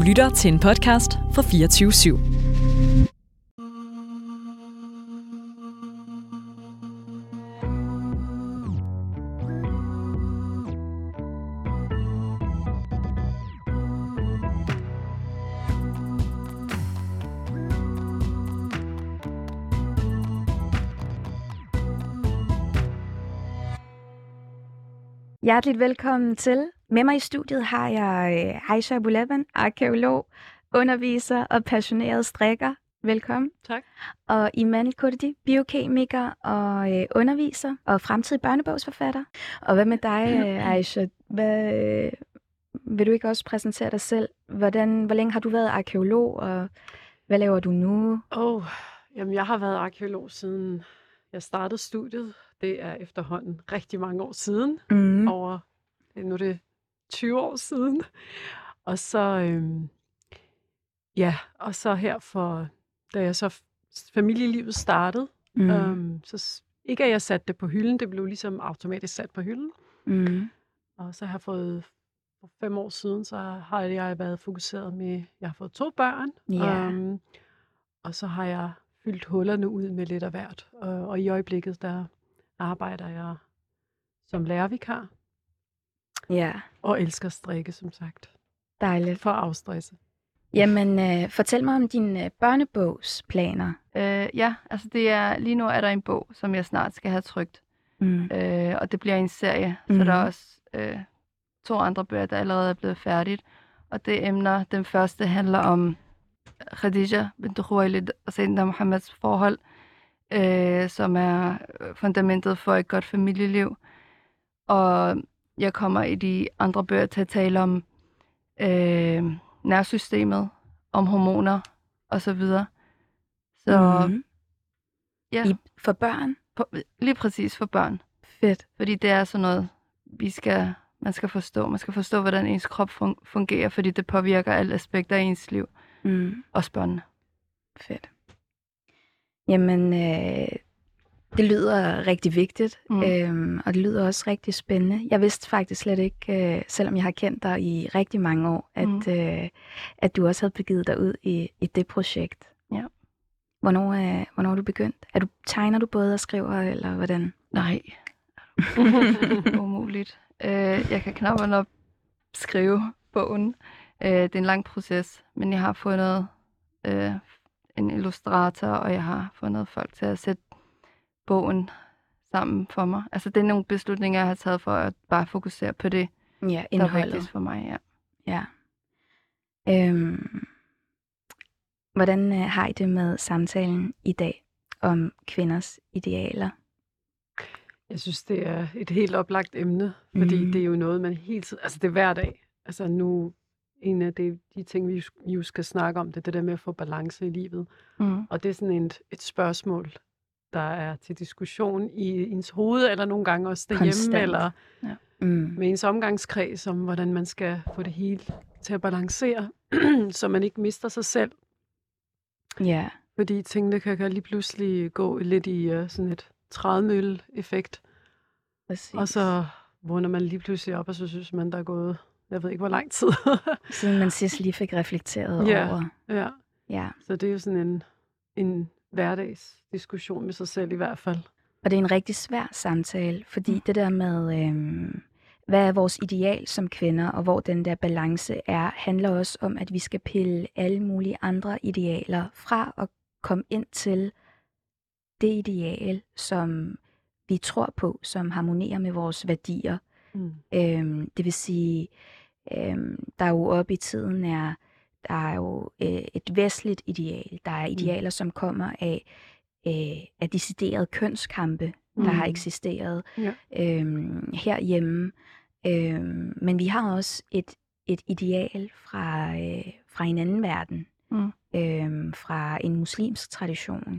lytter til en podcast fra 24/7. Hjerteligt velkommen til. Med mig i studiet har jeg Aisha Abulaban, arkæolog, underviser og passioneret strikker. Velkommen. Tak. Og Iman Kurdi, biokemiker og underviser og fremtidig børnebogsforfatter. Og hvad med dig, Aisha? Vil du ikke også præsentere dig selv? Hvor længe har du været arkæolog, og hvad laver du nu? Jamen jeg har været arkæolog siden jeg startede studiet. Det er efterhånden rigtig mange år siden. Nu er det 20 år siden. Og så, og så her da jeg så familielivet startede, så ikke at jeg satte det på hylden, det blev ligesom automatisk sat på hylden. Og så har jeg fået, for 5 år siden, så har jeg været fokuseret med, jeg har fået 2 børn, og så har jeg fyldt hullerne ud med lidt af hvert. Og i øjeblikket, der arbejder jeg som lærervikar. Ja. Og elsker at strikke, som sagt. Dejligt. For at afstresse. Jamen, fortæl mig om dine børnebogsplaner. Altså lige nu er der en bog, som jeg snart skal have trykt. Og det bliver en serie, så der er også 2 andre bøger, der allerede er blevet færdigt. Og det emner, den første handler om Khadija bint Khuwailid og Sayyidina Muhammeds forhold, som er fundamentet for et godt familieliv. Og jeg kommer i de andre bøger til at tale om nervesystemet, om hormoner og så videre. Så For børn? Lige præcis for børn. Fedt. Fordi det er sådan noget, man skal forstå. Man skal forstå, hvordan ens krop fungerer, fordi det påvirker alle aspekter af ens liv. Også børnene. Fedt. Jamen, det lyder rigtig vigtigt, og det lyder også rigtig spændende. Jeg vidste faktisk slet ikke, selvom jeg har kendt dig i rigtig mange år, at du også havde begivet dig ud i det projekt. Ja. Hvornår er du begyndt? Tegner du både og skriver, eller hvordan? Nej. Umuligt. Jeg kan knap nok skrive bogen. Det er en lang proces, men jeg har fundet en illustrator, og jeg har fundet folk til at sætte bogen sammen for mig. Altså, det er nogle beslutninger, jeg har taget for at bare fokusere på det, der er vigtigt for mig. Ja. Hvordan har I det med samtalen i dag om kvinders idealer? Jeg synes, det er et helt oplagt emne, fordi det er jo noget, man hele tiden... Altså, det er hver dag. Altså, nu... En af de ting, vi jo skal snakke om, det der med at få balance i livet. Og det er sådan et spørgsmål, der er til diskussion i ens hoved, eller nogle gange også derhjemme, konstant. Eller med ens omgangskreds, om hvordan man skal få det hele til at balancere, så man ikke mister sig selv. Ja. Fordi tingene kan lige pludselig gå lidt i sådan et trædemølle-effekt. Præcis. Og så vågner man lige pludselig op, og så synes man, der er gået... Jeg ved ikke, hvor lang tid. Siden man sidst lige fik reflekteret over. Ja. Så det er jo sådan en hverdagsdiskussion med sig selv i hvert fald. Og det er en rigtig svær samtale, fordi det der med, hvad er vores ideal som kvinder, og hvor den der balance er, handler også om, at vi skal pille alle mulige andre idealer fra og komme ind til det ideal, som vi tror på, som harmonerer med vores værdier. Det vil sige, der er jo oppe i tiden der er jo et vestligt ideal. Der er idealer, som kommer af deciderede kønskampe, der har eksisteret herhjemme. Men vi har også et ideal fra en anden verden, fra en muslimsk tradition,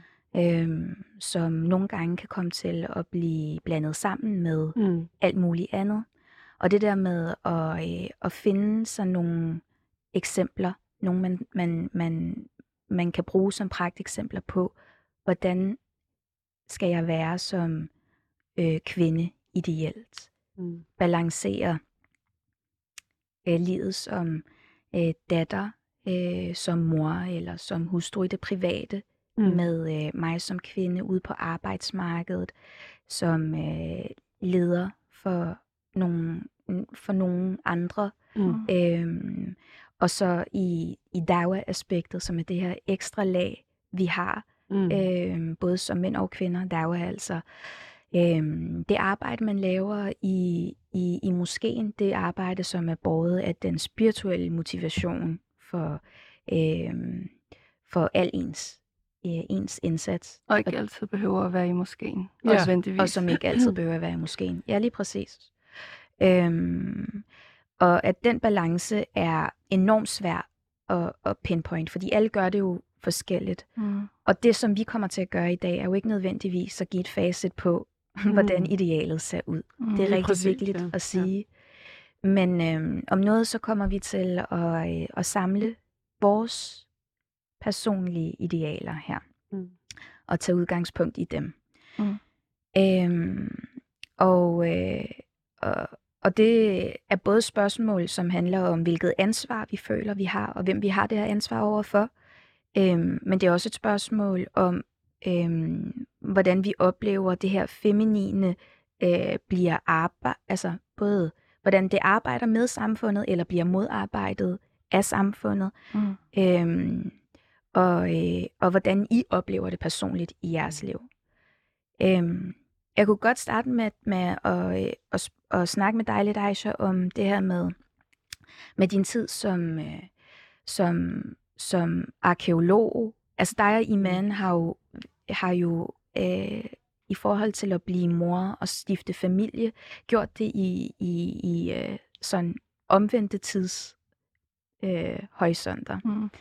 som nogle gange kan komme til at blive blandet sammen med alt muligt andet. Og det der med at finde sådan nogle eksempler, nogle man kan bruge som pragteksempler på, hvordan skal jeg være som kvinde ideelt. Balancere livet som datter, som mor eller som hustru i det private, med mig som kvinde ude på arbejdsmarkedet, som leder for nogle andre. Og så i dawa-aspektet, som er det her ekstra lag, vi har, både som mænd og kvinder. Dawa er altså det arbejde, man laver i moskeen, det arbejde, som er båret af den spirituelle motivation for al ens indsats. Og ikke altid behøver at være i moskeen. Og som ikke altid behøver at være i moskeen. Ja, lige præcis. Og at den balance er enormt svær at pinpoint, fordi alle gør det jo forskelligt. Og det, som vi kommer til at gøre i dag, er jo ikke nødvendigvis at give et facit på, hvordan idealet ser ud. Det er rigtig vigtigt at sige. Men om noget, så kommer vi til at samle vores personlige idealer her. Og tage udgangspunkt i dem. Og det er både spørgsmål, som handler om, hvilket ansvar vi føler, vi har, og hvem vi har det her ansvar overfor. Men det er også et spørgsmål om, hvordan vi oplever det her feminine bliver altså både hvordan det arbejder med samfundet, eller bliver modarbejdet af samfundet. Og hvordan I oplever det personligt i jeres liv. Jeg kunne godt starte med at snakke med dig lidt, Aisha, om det her med din tid som arkæolog. Altså dig og Iman har jo i forhold til at blive mor og stifte familie, gjort det i sådan omvendte horisonter.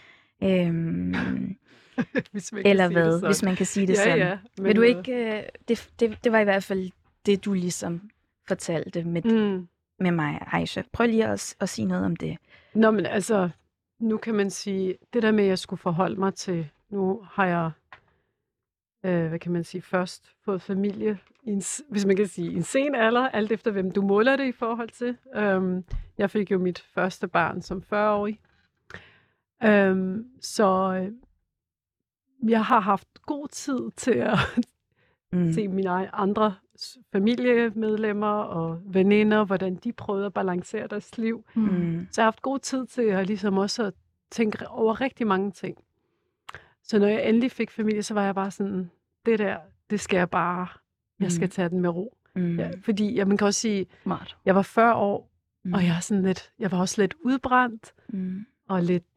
Eller hvad, hvis man kan sige det sådan. Ja, men vil du ikke, det var i hvert fald det, du ligesom fortalte med mig, Aisha. Prøv lige at sige noget om det. Nå, men altså, nu kan man sige, det der med, at jeg skulle forholde mig til, nu har jeg, hvad kan man sige, først fået familie, hvis man kan sige, i en sen alder, alt efter hvem du måler det i forhold til. Jeg fik jo mit første barn som 40-årig. Så jeg har haft god tid til at se mine andre familiemedlemmer og veninder, hvordan de prøvede at balancere deres liv. Så jeg har haft god tid til at ligesom også at tænke over rigtig mange ting. Så når jeg endelig fik familie, så var jeg bare sådan, det skal jeg bare, jeg skal tage den med ro. Ja, fordi man kan også sige, jeg var 40 år, og jeg var også lidt udbrændt, og lidt,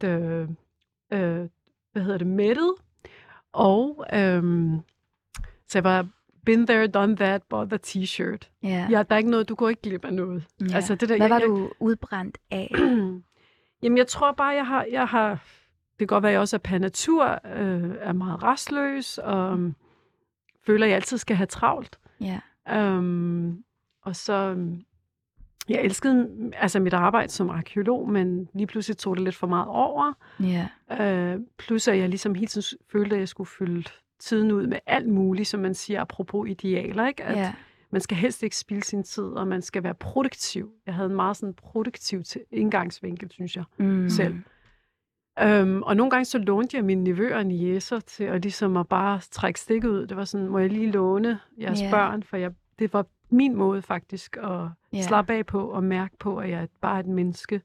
mættet. Og så jeg var been there, done that, bought the t-shirt. Yeah. Ja, der er ikke noget, du går ikke glip af noget. Yeah. Altså, det der, hvad var du udbrændt af? Jamen, jeg tror bare, jeg har det kan godt være, at jeg også per natur er meget rastløs, og føler, at jeg altid skal have travlt. Yeah. Og så jeg elskede altså mit arbejde som arkæolog, men lige pludselig tog det lidt for meget over. Yeah. Plus at jeg ligesom hele tiden følte, at jeg skulle fylde tiden ud med alt muligt, som man siger, apropos idealer, ikke? At man skal helst ikke spilde sin tid, og man skal være produktiv. Jeg havde en meget sådan produktiv indgangsvinkel, synes jeg, selv. Og nogle gange så lånte jeg mine nevøer og niæser til at ligesom at bare trække stikket ud. Det var sådan, må jeg lige låne jeres børn, for det var min måde faktisk at slappe af på og mærke på, at jeg er bare et menneske.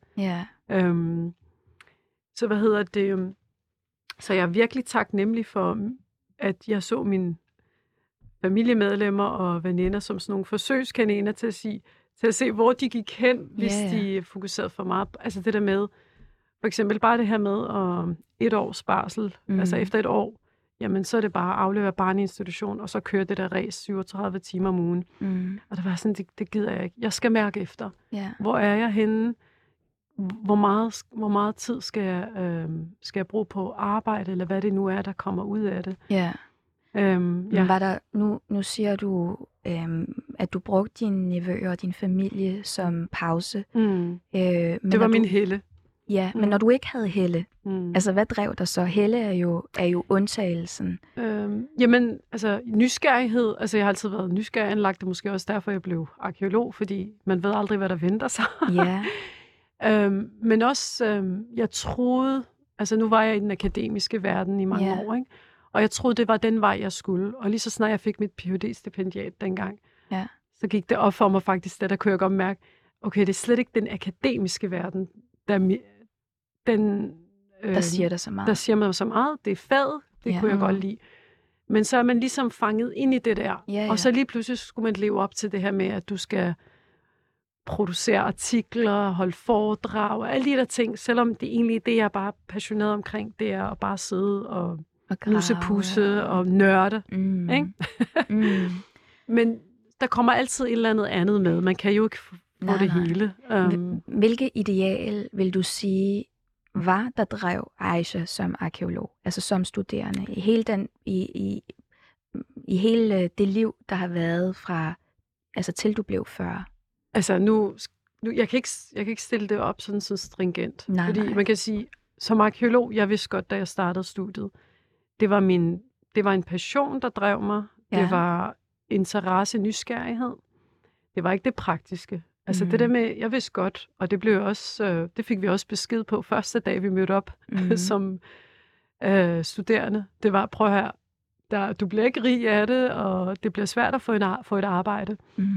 Så så jeg er virkelig taknemmelig for, at jeg så mine familiemedlemmer og veninder som sådan nogle forsøgskaniner til at se, hvor de gik hen, hvis de fokuserede for meget. Altså det der med, for eksempel bare det her med 1 års barsel, altså efter 1 år, jamen så er det bare at aflevere barn i institution, og så kører det der race 37 timer om ugen. Og der var sådan, det gider jeg ikke. Jeg skal mærke efter. Hvor er jeg henne? Hvor meget tid skal jeg bruge på arbejde, eller hvad det nu er, der kommer ud af det? Var der, nu siger du, at du brugte dine nevøer og din familie som pause. Det var min helle. Ja, men når du ikke havde Helle, altså hvad drev dig så? Helle er jo undtagelsen. Jamen, altså nysgerrighed. Altså jeg har altid været nysgerrig anlagt, det måske også derfor, jeg blev arkæolog, fordi man ved aldrig, hvad der venter sig. Men også, jeg troede, altså nu var jeg i den akademiske verden i mange år, ikke? Og jeg troede, det var den vej, jeg skulle. Og lige så snart jeg fik mit Ph.D.-stipendiat dengang, så gik det op for mig faktisk, der kunne jeg godt mærke, okay, det er slet ikke den akademiske verden, der siger dig så meget. Der siger mig så meget. Det er faget, det kunne jeg godt lide. Men så er man ligesom fanget ind i det der. Og så lige pludselig skulle man leve op til det her med, at du skal producere artikler, holde foredrag og alle de der ting, selvom det egentlig er det, jeg er bare passioneret omkring, det er at bare sidde og nusse-pusse og nørde. Ikke? Men der kommer altid et eller andet med. Man kan jo ikke få det hele. Hvilke ideal vil du sige var, der drev Aisha som arkæolog, altså som studerende, i hele det liv, der har været fra, altså til du blev 40? Altså nu jeg kan ikke stille det op sådan stringent. Fordi man kan sige, som arkæolog, jeg vidste godt, da jeg startede studiet, det var en passion, der drev mig. Ja. Det var interesse, nysgerrighed. Det var ikke det praktiske. Altså det der med, jeg vidste godt, og det blev også, det fik vi også besked på første dag, vi mødte op som studerende. Det var, prøv her, du bliver ikke rig af det, og det bliver svært at få et arbejde.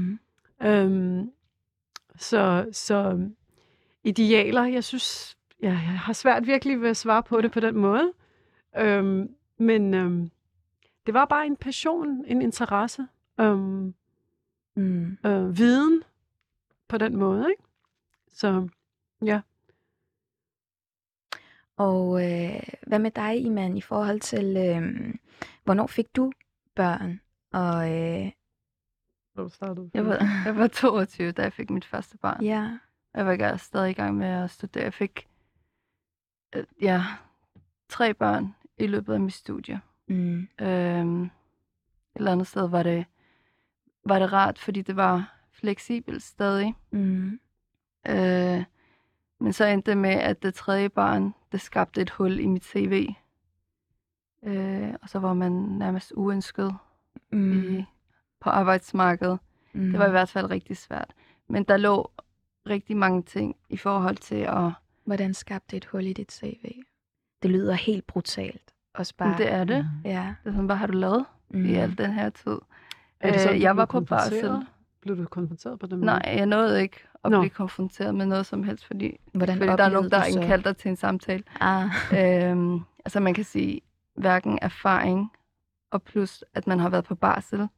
Så idealer, jeg synes, jeg har svært virkelig ved at svare på det på den måde. Men det var bare en passion, en interesse, viden på den måde, ikke? Så ja. Og hvad med dig, Iman, i forhold til, hvornår fik du børn? Og jeg var 22, da jeg fik mit første barn. Ja. Jeg var stadig i gang med at studere. Jeg fik 3 børn i løbet af mit studie. Et eller andet sted var det rart, fordi det var fleksibelt stadig. Men så endte det med, at det 3. barn, det skabte et hul i mit CV. Og så var man nærmest uønsket på arbejdsmarkedet. Det var i hvert fald rigtig svært. Men der lå rigtig mange ting i forhold til at... Hvordan skabte et hul i dit CV? Det lyder helt brutalt. Også bare... Det er det. Ja. Det er sådan, hvad har du lavet i al den her tid? Sådan, jeg var på barsel. Blev du konfronteret på den måde? Nej, jeg nåede ikke at blive konfronteret med noget som helst, fordi der er nogen, der indkalder dig til en samtale. Altså man kan sige, hverken erfaring og plus, at man har været på barsel.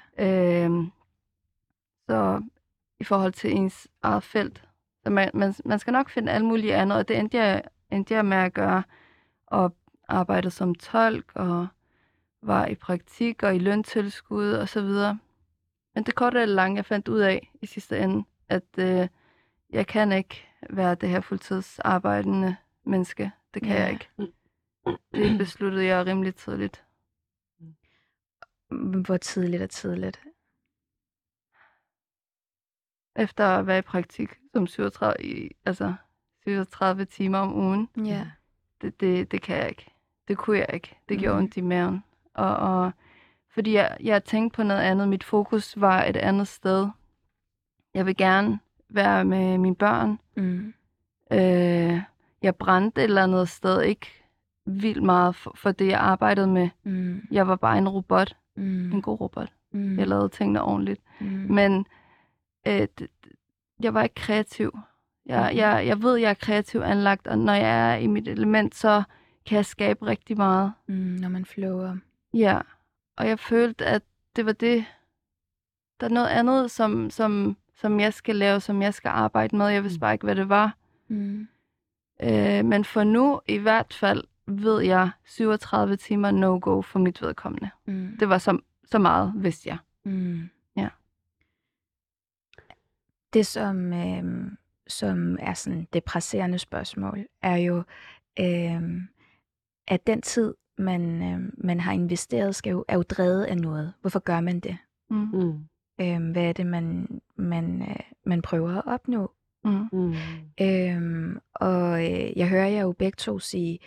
Så i forhold til ens eget felt. Så man skal nok finde alt muligt andet, og det endte jeg med at gøre, og arbejde som tolk, og var i praktik, og i løntilskud, og så videre. Men det korte eller lange, jeg fandt ud af i sidste ende, at jeg kan ikke være det her fuldtidsarbejdende menneske. Det kan jeg ikke. Det besluttede jeg rimelig tidligt. Hvor tidligt er tidligt? Efter at være i praktik som 37 timer om ugen. Ja. Det kan jeg ikke. Det kunne jeg ikke. Det gjorde ondt i maven. Og fordi jeg tænkte på noget andet. Mit fokus var et andet sted. Jeg vil gerne være med mine børn. Jeg brændte et eller andet sted ikke vildt meget for det, jeg arbejdede med. Jeg var bare en robot. En god robot. Jeg lavede tingene ordentligt. Men jeg var ikke kreativ. Jeg ved, jeg er kreativ anlagt, og når jeg er i mit element, så kan jeg skabe rigtig meget. Når man flower. Ja, og jeg følte, at det var det. Der er noget andet, som jeg skal lave, som jeg skal arbejde med. Jeg vidste bare ikke, hvad det var. Men for nu, i hvert fald, ved jeg 37 timer no-go for mit vedkommende. Det var så meget, vidste jeg. Ja. Det, som er sådan det presserende spørgsmål, er jo, at den tid, man har investeret, er jo drevet af noget. Hvorfor gør man det? Hvad er det, man prøver at opnå? Og jeg hører jer jo begge to sige,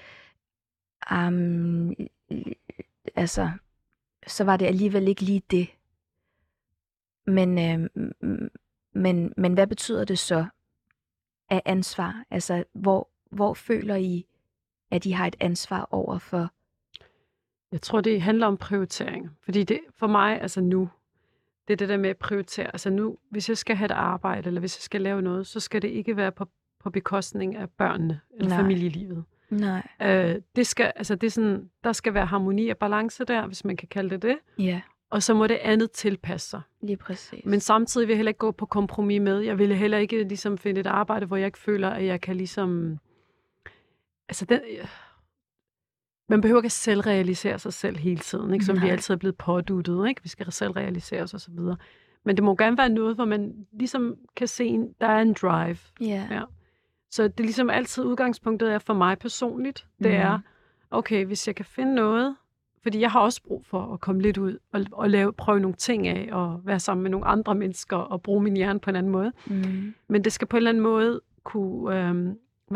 altså, så var det alligevel ikke lige det. Men hvad betyder det så, af ansvar? Altså, hvor føler I, at I har et ansvar over for? Jeg tror, det handler om prioritering. Fordi det for mig, altså nu, det er det der med at prioritere. Altså nu, hvis jeg skal have et arbejde, eller hvis jeg skal lave noget, så skal det ikke være på bekostning af børnene eller familielivet. Nej. Det er sådan, der skal være harmoni og balance der, hvis man kan kalde det det. Ja. Og så må det andet tilpasse sig. Lige præcis. Men samtidig vil jeg heller ikke gå på kompromis med. Jeg ville heller ikke ligesom finde et arbejde, hvor jeg ikke føler, at jeg kan ligesom... Altså, man behøver ikke at selvrealisere sig selv hele tiden, ikke? Som vi altid er blevet påduttet, ikke? Vi skal selvrealisere os og så videre. Men det må gerne være noget, hvor man ligesom kan se, der er en drive. Yeah. Ja. Så det er ligesom altid udgangspunktet er for mig personligt. Det er, okay, hvis jeg kan finde noget, fordi jeg har også brug for at komme lidt ud og prøve nogle ting af, og være sammen med nogle andre mennesker, og bruge min hjerne på en anden måde. Men det skal på en eller anden måde kunne,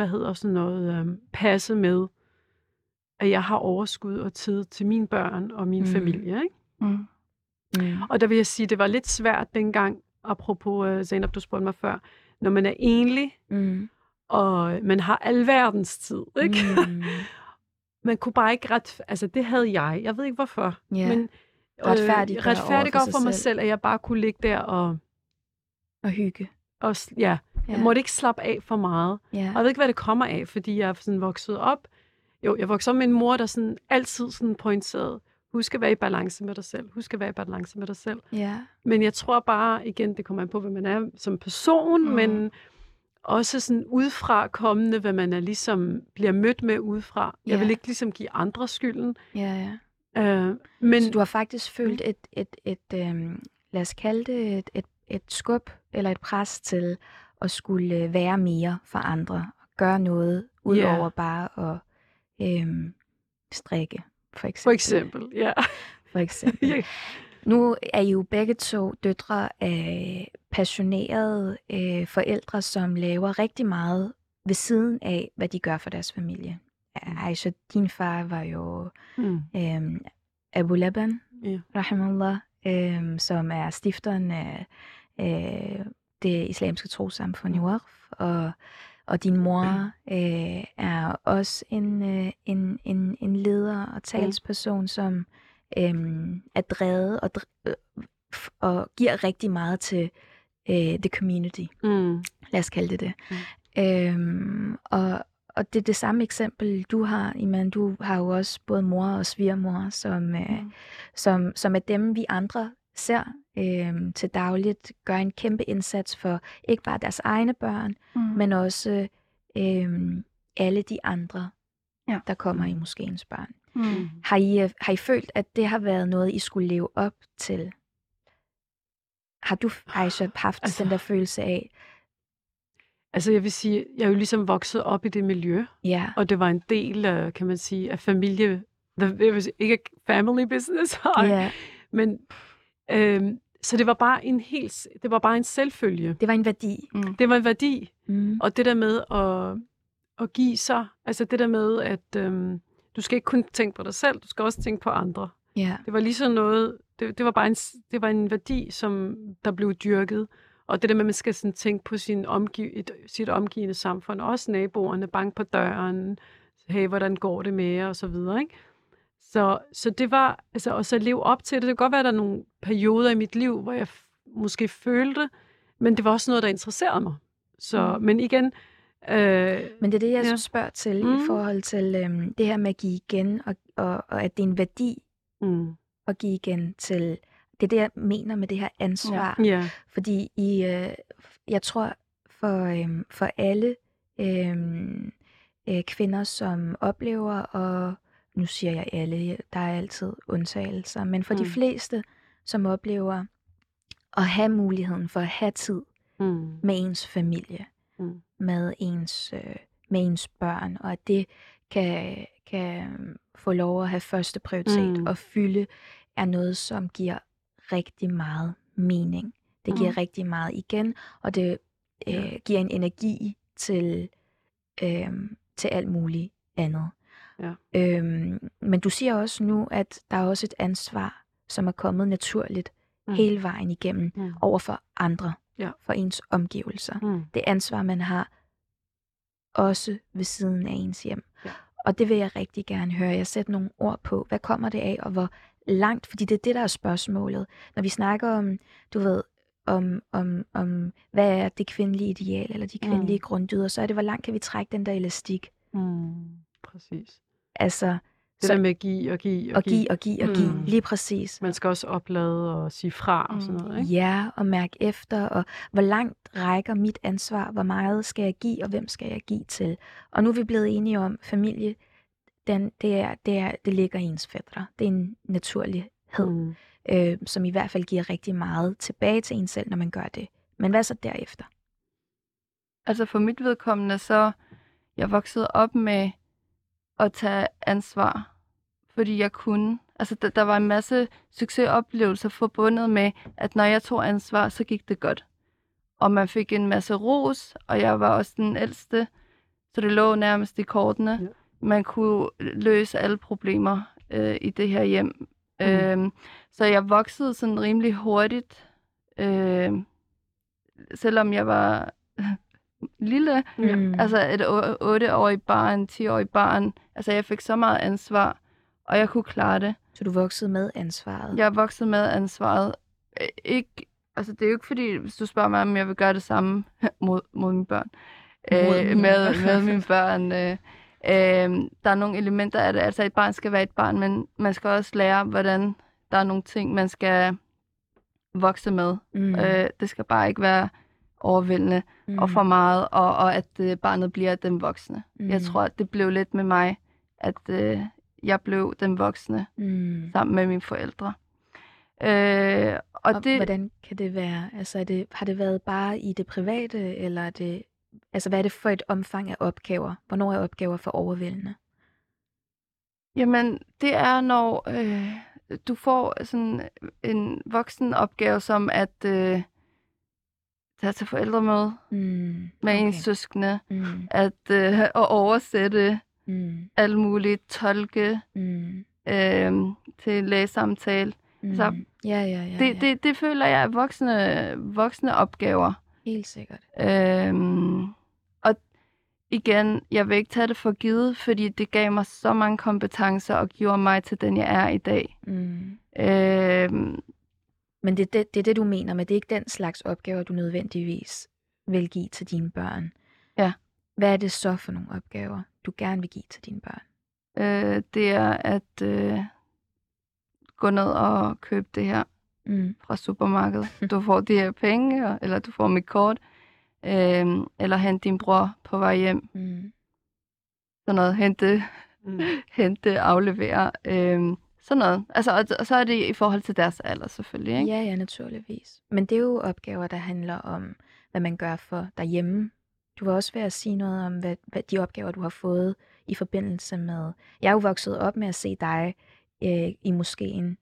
passe med, at jeg har overskud og tid til mine børn og min familie, ikke? Og der vil jeg sige, det var lidt svært dengang, apropos Zainab, du spurgte mig før, når man er enlig, og man har alverdens tid, ikke? Man kunne bare ikke altså det havde jeg ved ikke hvorfor, men retfærdiggøre for mig selv, at jeg bare kunne ligge der og hygge. Og, jeg måtte ikke slappe af for meget. Og jeg ved ikke, hvad det kommer af, fordi jeg er sådan vokset op. Jo, jeg voksede op med en mor, der sådan altid sådan pointerede, husk at være i balance med dig selv. Husk at være i balance med dig selv. Men jeg tror bare, igen, det kommer an på, hvad man er som person, men også sådan udefra kommende, hvad man er ligesom bliver mødt med udefra. Jeg vil ikke ligesom give andre skylden. Men så du har faktisk følt lad os kalde det et skub eller et pres til at skulle være mere for andre, gøre noget udover bare at strikke, for eksempel. For eksempel. Nu er I jo begge to døtre af passionerede forældre, som laver rigtig meget ved siden af, hvad de gør for deres familie. Aisha, din far var jo Abu Laban, rahimahullah, som er stifteren af det islamiske trossamfund i Waqf, og din mor er også en leder og talsperson, som er drevet og giver rigtig meget til the community. Lad os kalde det det. Og det er det samme eksempel, du har, Iman. Du har jo også både mor og svigermor, som er dem, vi andre ser til dagligt, gør en kæmpe indsats for ikke bare deres egne børn, men også alle de andre, der kommer i moskéens børn. Har I følt, at det har været noget, I skulle leve op til? Har du, Aisha, haft den der følelse af? Altså jeg vil sige, jeg er jo ligesom vokset op i det miljø, og det var en del, kan man sige, af familie, ikke family business, men så det var bare en selvfølge. Det var en værdi. Det var en værdi, og det der med at give sig, altså det der med, at du skal ikke kun tænke på dig selv, du skal også tænke på andre. Det var lige sådan noget, det var en værdi, som der blev dyrket. Og det der med, at man skal sådan tænke på sit omgivende samfund, også naboerne, banke på døren, hey, hvordan går det med jer, og så videre, ikke? Så det var, altså også at leve op til det. Det kan godt være, at der er nogle perioder i mit liv, hvor jeg måske følte, men det var også noget, der interesserede mig. Så, men igen... men det er det, jeg så spørger til, i forhold til det her med at give igen, og at det er en værdi at give igen til... Det er det, jeg mener med det her ansvar. Fordi jeg tror, for alle kvinder, som oplever, og nu siger jeg alle, der er altid undtagelser, men for de fleste, som oplever at have muligheden for at have tid med ens familie, med ens børn, og at det kan få lov at have første prioritet og fylde, er noget, som giver rigtig meget mening. Det giver rigtig meget igen, og det giver en energi til alt muligt andet. Men du siger også nu, at der er også et ansvar, som er kommet naturligt hele vejen igennem over for andre, for ens omgivelser. Det ansvar, man har også ved siden af ens hjem. Ja. Og det vil jeg rigtig gerne høre. Jeg sætter nogle ord på. Hvad kommer det af, og hvor langt? Fordi det er det, der er spørgsmålet. Når vi snakker om, du ved, om hvad er det kvindelige ideal, eller de kvindelige grunddyder, så er det, hvor langt kan vi trække den der elastik? Præcis. Altså, det der med at give og give. Lige præcis. Man skal også oplade og sige fra og sådan noget, ikke? Ja, og mærke efter, og hvor langt rækker mit ansvar, hvor meget skal jeg give, og hvem skal jeg give til? Og nu er vi blevet enige om, familie, det ligger i ens fætre. Det er en naturlighed, som i hvert fald giver rigtig meget tilbage til en selv, når man gør det. Men hvad så derefter? Altså for mit vedkommende, så jeg voksede op med at tage ansvar, fordi jeg kunne. Altså der var en masse succesoplevelser forbundet med, at når jeg tog ansvar, så gik det godt. Og man fik en masse ros, og jeg var også den ældste, så det lå nærmest i kortene. Ja. Man kunne løse alle problemer i det her hjem. Så jeg voksede sådan rimelig hurtigt, selvom jeg var lille. Altså et 8-årig barn, 10-årig barn. Altså jeg fik så meget ansvar, og jeg kunne klare det. Så du voksede med ansvaret? Jeg voksede med ansvaret. Altså det er jo ikke fordi, hvis du spørger mig, om jeg vil gøre det samme mod mine børn. Med mine børn. Der er nogle elementer af det. Altså et barn skal være et barn, men man skal også lære, hvordan der er nogle ting, man skal vokse med. Det skal bare ikke være overvældende og for meget, og at barnet bliver den voksne. Jeg tror, at det blev lidt med mig, at jeg blev den voksne sammen med mine forældre. Og hvordan kan det være? Altså har det været bare i det private, eller er det, altså hvad er det for et omfang af opgaver? Hvornår er opgaver for overvældende? Jamen, det er, når du får sådan en voksen opgave, som at tage til forældremøde med ens søskende, at oversætte alle mulige, tolke til lægesamtale. Så det føler jeg er voksne opgaver. Helt sikkert. Og igen, jeg vil ikke tage det for givet, fordi det gav mig så mange kompetencer og gjorde mig til den, jeg er i dag. Men det er det, du mener, men det er ikke den slags opgaver, du nødvendigvis vil give til dine børn. Ja. Hvad er det så for nogle opgaver, du gerne vil give til dine børn? Det er at gå ned og købe det her fra supermarkedet. Du får de her penge, eller du får mit kort, eller hente din bror på vej hjem. Sådan noget, hente, aflevere, sådan noget. Altså, og så er det i forhold til deres alder selvfølgelig, ikke? Ja, naturligvis. Men det er jo opgaver, der handler om, hvad man gør for derhjemme. Du vil også være at sige noget om, hvad de opgaver, du har fået i forbindelse med... Jeg er jo vokset op med at se dig i moskeen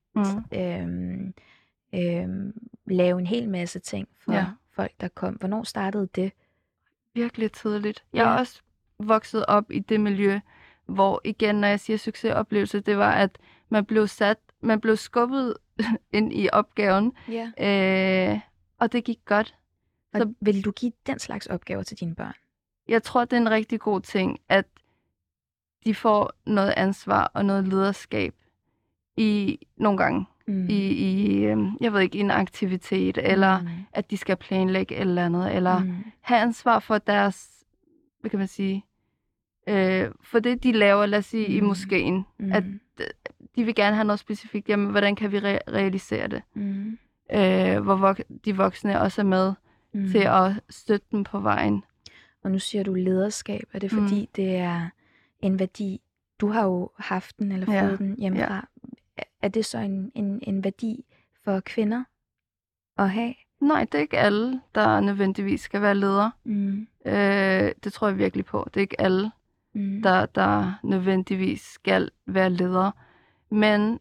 lave en hel masse ting for folk, der kom. Hvornår startede det? Virkelig tidligt. Jeg er også vokset op i det miljø, hvor igen, når jeg siger succesoplevelse, det var, at man blev skubbet ind i opgaven, og det gik godt. Så vil du give den slags opgaver til dine børn? Jeg tror, det er en rigtig god ting, at de får noget ansvar og noget lederskab i nogle gange. Jeg ved ikke, en aktivitet, eller at de skal planlægge et eller andet, eller have ansvar for deres, hvad kan man sige, for det, de laver, lad os sige, i moskeen. At de vil gerne have noget specifikt. Jamen, hvordan kan vi realisere det? Hvor de voksne også er med til at støtte dem på vejen. Og nu siger du lederskab. Er det fordi, det er en værdi? Du har jo haft den, eller fået den hjemmefra. Er det så en værdi for kvinder at have? Nej, det er ikke alle, der nødvendigvis skal være ledere. Det tror jeg virkelig på. Det er ikke alle, der nødvendigvis skal være ledere. Men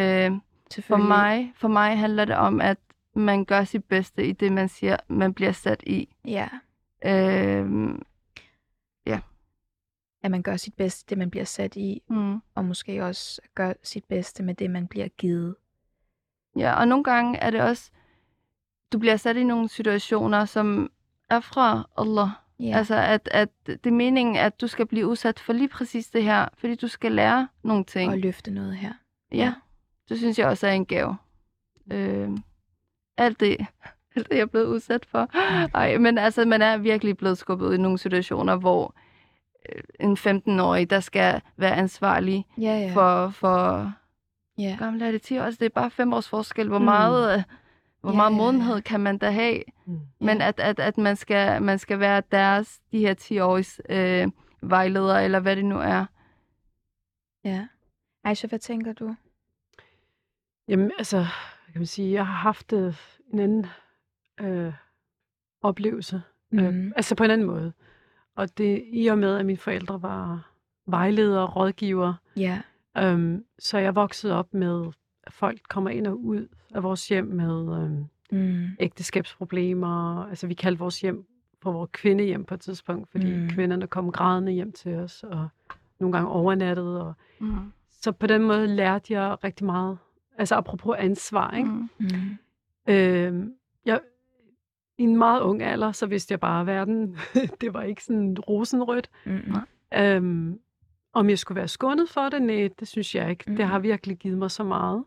for mig handler det om, at man gør sit bedste i det, man siger, man bliver sat i. Ja. At man gør sit bedste i det, man bliver sat i, og måske også gør sit bedste med det, man bliver givet. Ja, og nogle gange er det også, du bliver sat i nogle situationer, som er fra Allah, Yeah. Altså, at det er meningen, at du skal blive udsat for lige præcis det her, fordi du skal lære nogle ting. Og løfte noget her. Ja, det synes jeg også er en gave. Alt det, jeg er blevet udsat for. Ej, men altså, man er virkelig blevet skubbet i nogle situationer, hvor en 15-årig, der skal være ansvarlig for gamle er det 10 år. Altså, det er bare 5 års forskel. Hvor meget modenhed kan man da have? Men at man skal være de her 10-åriges vejledere, eller hvad det nu er. Ja. Aisha, hvad tænker du? Jamen, altså, kan man sige, jeg har haft en anden oplevelse. Altså på en anden måde. Og det i og med, at mine forældre var vejledere og rådgivere. Ja. Så jeg voksede op med, at folk kommer ind og ud af vores hjem med ægteskabsproblemer. Altså vi kaldte vores hjem for vores kvindehjem på et tidspunkt, fordi kvinderne kom grædende hjem til os, og nogle gange overnattede. Og så på den måde lærte jeg rigtig meget. Altså apropos ansvar, ikke? I en meget ung alder, så vidste jeg bare, at verden, det var ikke sådan rosenrødt. Om jeg skulle være skånet for det? Nej, det synes jeg ikke. Det har virkelig givet mig så meget.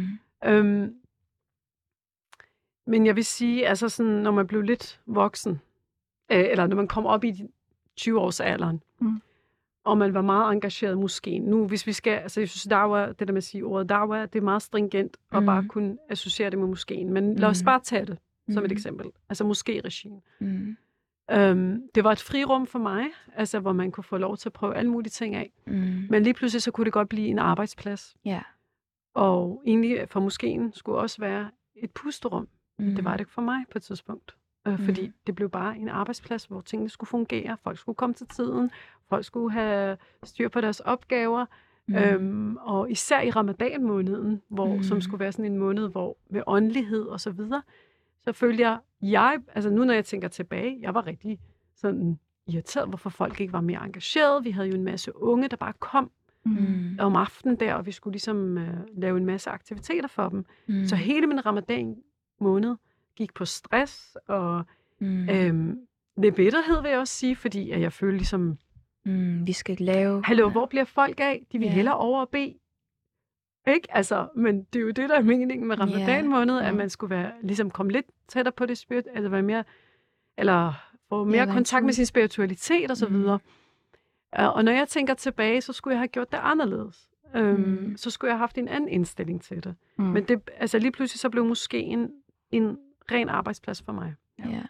Men jeg vil sige, altså sådan, når man blev lidt voksen, eller når man kom op i 20-årsalderen, og man var meget engageret måske. Nu, hvis vi skal, altså jeg synes, det der med at sige ordet dawa, det er meget stringent, og bare kunne associere det med moskeen. Men lad os bare tage det som et eksempel. Altså moské-regime. Det var et frirum for mig, altså hvor man kunne få lov til at prøve alle mulige ting af. Men lige pludselig så kunne det godt blive en arbejdsplads. Ja. Og egentlig for moskeen skulle også være et pusterum. Det var det ikke for mig på et tidspunkt. Fordi det blev bare en arbejdsplads, hvor tingene skulle fungere. Folk skulle komme til tiden. Folk skulle have styr på deres opgaver. Og især i ramadan-måneden, som skulle være sådan en måned, hvor med åndelighed og så videre, så følte jeg, altså nu når jeg tænker tilbage, jeg var rigtig sådan irriteret, hvorfor folk ikke var mere engagerede. Vi havde jo en masse unge, der bare kom om aftenen der, og vi skulle ligesom lave en masse aktiviteter for dem. Så hele min ramadan-måned gik på stress og lidt bitterhed, vil jeg også sige, fordi at jeg følte ligesom, vi skal lave... Hallo, hvor bliver folk af? De vil hellere over og bede. Ikke? Altså, men det er jo det, der er meningen med ramadan-måned, at man skulle være, ligesom komme lidt tættere på det spirit, altså være mere, eller få mere kontakt med sin spiritualitet og så videre. Og når jeg tænker tilbage, så skulle jeg have gjort det anderledes. Så skulle jeg have haft en anden indstilling til det. Men det, altså lige pludselig så blev måske en ren arbejdsplads for mig.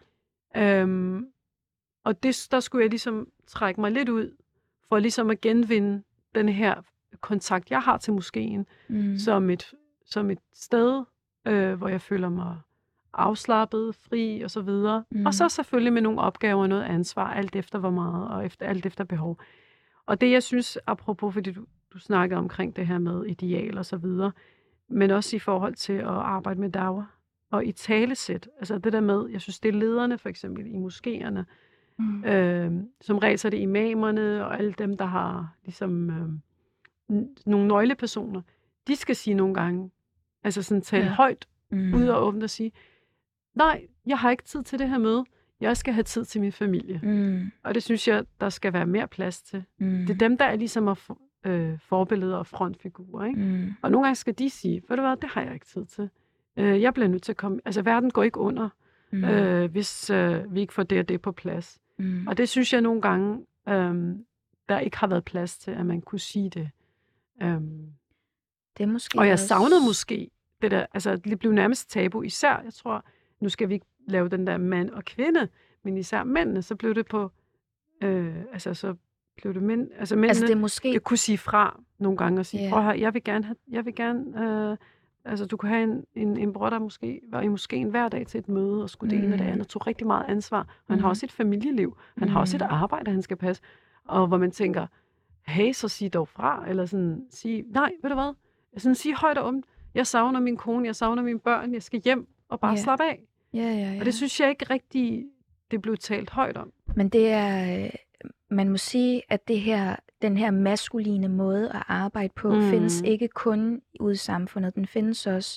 Og der skulle jeg ligesom trække mig lidt ud, for ligesom at genvinde den her kontakt, jeg har til moskeen, som et sted, hvor jeg føler mig afslappet, fri og så videre. Og så selvfølgelig med nogle opgaver og noget ansvar, alt efter hvor meget, og alt efter behov. Og det, jeg synes, apropos, fordi du snakkede omkring det her med ideal og så videre, men også i forhold til at arbejde med dawa og i talesæt. Altså det der med, jeg synes, det er lederne for eksempel i moskéerne, som regel så er det imamerne og alle dem, der har ligesom nogle nøglepersoner, de skal sige nogle gange, altså sådan tale højt ud og åbent og sige, nej, jeg har ikke tid til det her møde, jeg skal have tid til min familie. Og det synes jeg, der skal være mere plads til. Det er dem, der er ligesom forbilleder og frontfigurer, ikke? Og nogle gange skal de sige, ved du hvad, det har jeg ikke tid til. Jeg bliver nødt til at komme, altså verden går ikke under, hvis vi ikke får det og det på plads. Og det synes jeg nogle gange, der ikke har været plads til, at man kunne sige det. Det er måske og jeg savnede måske det der, altså det blev nærmest tabu, især, jeg tror, nu skal vi ikke lave den der mand og kvinde, men især mændene, så blev det på, så blev det mænd, altså mændene, altså det er måske... jeg kunne sige fra nogle gange og sige, prøv her, jeg vil gerne, altså du kunne have en bror, der måske var i moskeen hver dag til et møde, og skulle det ene og det andet, tog rigtig meget ansvar, og han har også et familieliv, han har også et arbejde, han skal passe, og hvor man tænker, hey, så sig dog fra, eller sådan, sige, nej, ved du hvad, sådan sige højt om, jeg savner min kone, jeg savner mine børn, jeg skal hjem og bare slappe af. Og det synes jeg ikke rigtig, det blev talt højt om. Men det er, man må sige, at den her maskuline måde at arbejde på, findes ikke kun ude i samfundet, den findes også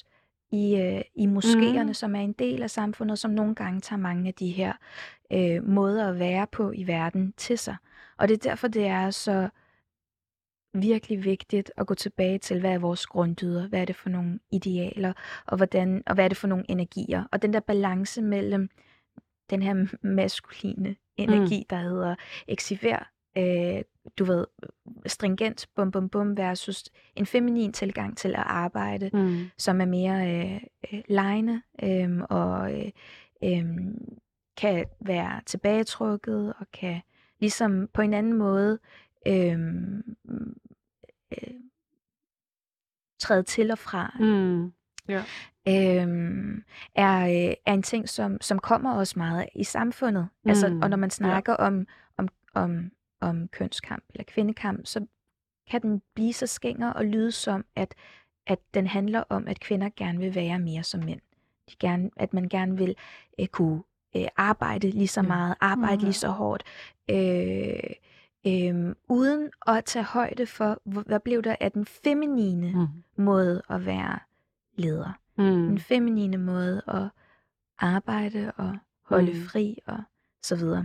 i moskéerne, som er en del af samfundet, som nogle gange tager mange af de her måder at være på i verden til sig. Og det er derfor, det er så virkelig vigtigt at gå tilbage til, hvad er vores grunddyder, hvad er det for nogle idealer, og hvad er det for nogle energier. Og den der balance mellem den her maskuline energi, der hedder exiver, du ved, stringent, bum bum bum, versus en feminin tilgang til at arbejde, som er mere legende, og kan være tilbagetrukket, og kan ligesom på en anden måde træde til og fra. Er en ting, som kommer også meget i samfundet. Altså, og når man snakker om kønskamp eller kvindekamp, så kan den blive så skænger og lyde som, at den handler om, at kvinder gerne vil være mere som mænd. At man gerne vil kunne arbejde lige så meget, arbejde lige så hårdt, uden at tage højde for, hvad blev der af den feminine måde at være leder. Den feminine måde at arbejde og holde fri og så videre.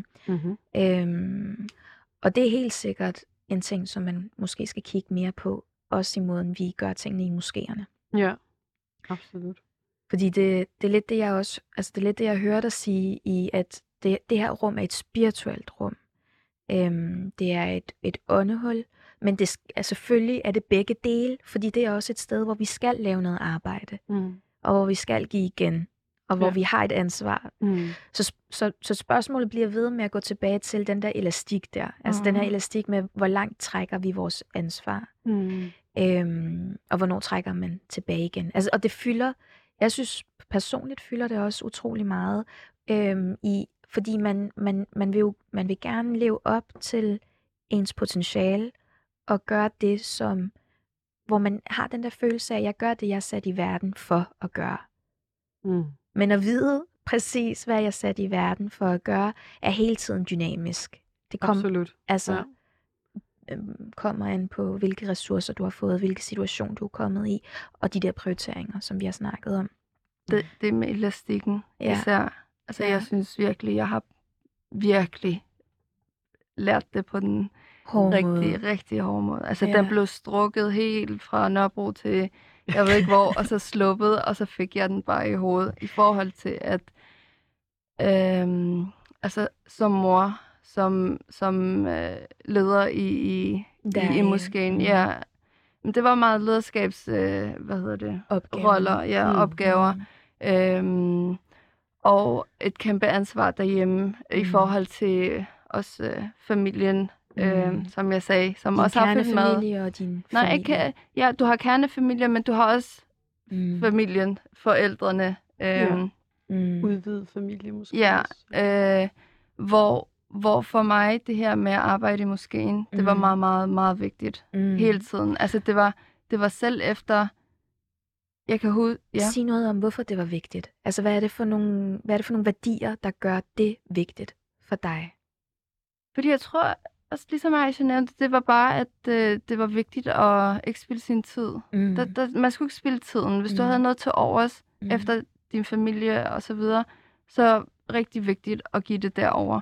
Og det er helt sikkert en ting, som man måske skal kigge mere på, også i måden, vi gør tingene i moskéerne. Ja, absolut. Fordi det er lidt det, det er lidt det, jeg hører dig sige, i at det her rum er et spirituelt rum. Det er et åndehul, men selvfølgelig er det begge dele, fordi det er også et sted, hvor vi skal lave noget arbejde, og hvor vi skal give igen, og hvor vi har et ansvar. Så spørgsmålet bliver ved med at gå tilbage til den der elastik der, altså den her elastik med, hvor langt trækker vi vores ansvar, og hvornår trækker man tilbage igen. Altså, og det fylder, jeg synes personligt fylder det også utrolig meget, fordi man vil gerne leve op til ens potentiale, og gøre det, hvor man har den der følelse af, at jeg gør det, jeg er sat i verden for at gøre. Men at vide præcis, hvad jeg er sat i verden for at gøre, er hele tiden dynamisk. Det absolut. Altså, kommer an på, hvilke ressourcer du har fået, hvilke situation du er kommet i, og de der prioriteringer, som vi har snakket om. Det med elastikken især. Altså, jeg synes virkelig, jeg har virkelig lært det på den rigtig hårde måde. Altså, den blev strukket helt fra Nørrebro til, jeg ved ikke hvor, og så sluppet, og så fik jeg den bare i hovedet. I forhold til, at altså, som mor, som leder i moskéen, men det var meget lederskabs, roller, opgaver. Og et kæmpe ansvar derhjemme i forhold til også familien, som jeg sagde, som din også har fyldt med. Og din nej, ikke, du har kernefamilie, men du har også familien, forældrene. Udvidet familie måske. Ja, hvor for mig det her med at arbejde i moskéen, det var meget, meget, meget vigtigt hele tiden. Altså det var selv efter. Jeg kan sige noget om, hvorfor det var vigtigt. Altså, hvad er det for nogle værdier, der gør det vigtigt for dig? Fordi jeg tror, også ligesom jeg nævnte, det var bare, at det var vigtigt at ikke spilde sin tid. Man skulle ikke spilde tiden. Hvis du havde noget til overs efter din familie og så videre, så rigtig vigtigt at give det derover.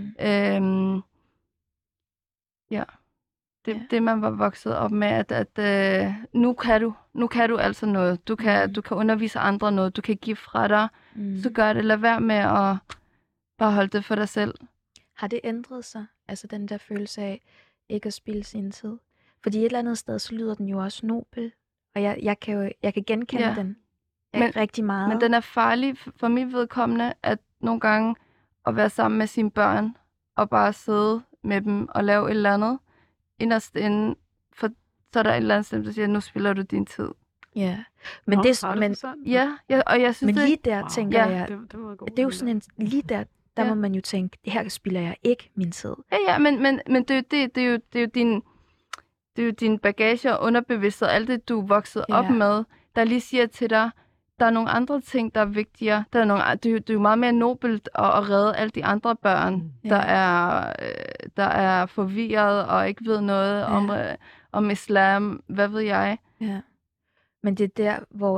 Det man var vokset op med, at nu kan du altså noget. Du kan undervise andre noget. Du kan give fra dig. Så gør det. Lad være med at bare holde det for dig selv. Har det ændret sig? Altså den der følelse af ikke at spilde sin tid? Fordi et eller andet sted, så lyder den jo også nobel. Og jeg kan genkende den rigtig meget. Men den er farlig for mit vedkommende, at nogle gange at være sammen med sine børn, og bare sidde med dem og lave et eller andet, inderst inde, for så er der et eller andet stemme, der siger, nu spiller du din tid. Ja, men det og jeg synes, men lige der tænker jeg, det er jo sådan en, lige der må man jo tænke, det her spiller jeg ikke min tid. Ja, men det er jo din bagage og underbevidsthed, alt det du er vokset op med, der lige siger til dig, der er nogle andre ting, der er vigtigere. Det er jo meget mere nobelt at redde alle de andre børn, der er forvirret og ikke ved noget om islam, hvad ved jeg. Ja. Men det er der, hvor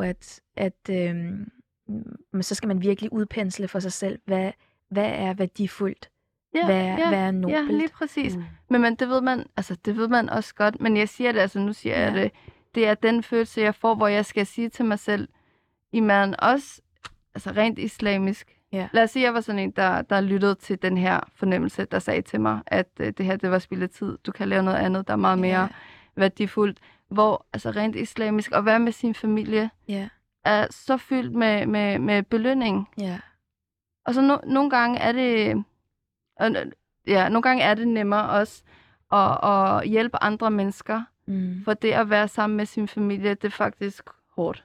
så skal man virkelig udpensle for sig selv, hvad er værdifuldt, hvad er nobelt. Ja, lige præcis. Men det ved man også godt, men jeg siger det, altså nu siger jeg det, det er den følelse, jeg får, hvor jeg skal sige til mig selv, man også, altså rent islamisk. Ja. Lad os sige, at jeg var sådan en, der lyttede til den her fornemmelse, der sagde til mig, at det her, det var spild af tid. Du kan lave noget andet, der er meget mere værdifuldt. Hvor, altså rent islamisk, at være med sin familie, er så fyldt med belønning. Ja. Og så nogle gange er det, nogle gange er det nemmere også at hjælpe andre mennesker. For det at være sammen med sin familie, det er faktisk hårdt.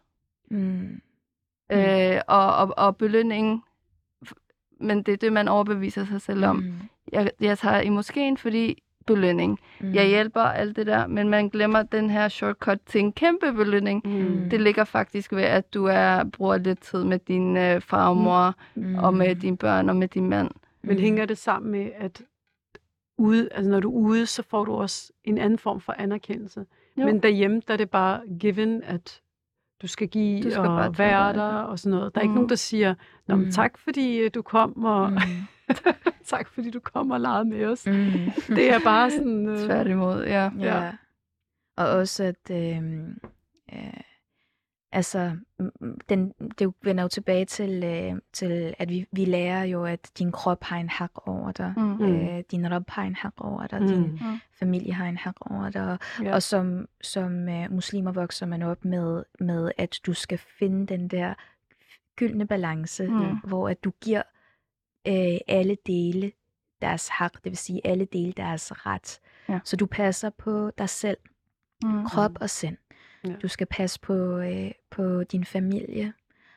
Og belønningen, men det er det, man overbeviser sig selv om. Jeg tager i moskeen, fordi belønning. Jeg hjælper alt det der, men man glemmer den her shortcut til en kæmpe belønning. Det ligger faktisk ved, at du bruger lidt tid med din far og mor, og med dine børn og med din mand. Men hænger det sammen med, at når du er ude, så får du også en anden form for anerkendelse. Jo. Men derhjemme, der er det bare given, at du skal give og være der og sådan noget. Der er ikke nogen, der siger, tak fordi du kom, og tak fordi du kom og legede med os. Det er bare sådan... Tværtimod, ja. Og også, at det vender jo tilbage til at vi lærer jo, at din krop har en hak over dig, din rab har en hak over dig, din familie har en hak over dig, og som muslimer vokser man op med, at du skal finde den der gyldne balance, hvor at du giver alle dele deres hak, det vil sige alle dele deres ret. Ja. Så du passer på dig selv, krop og sind. Ja. Du skal passe på din familie,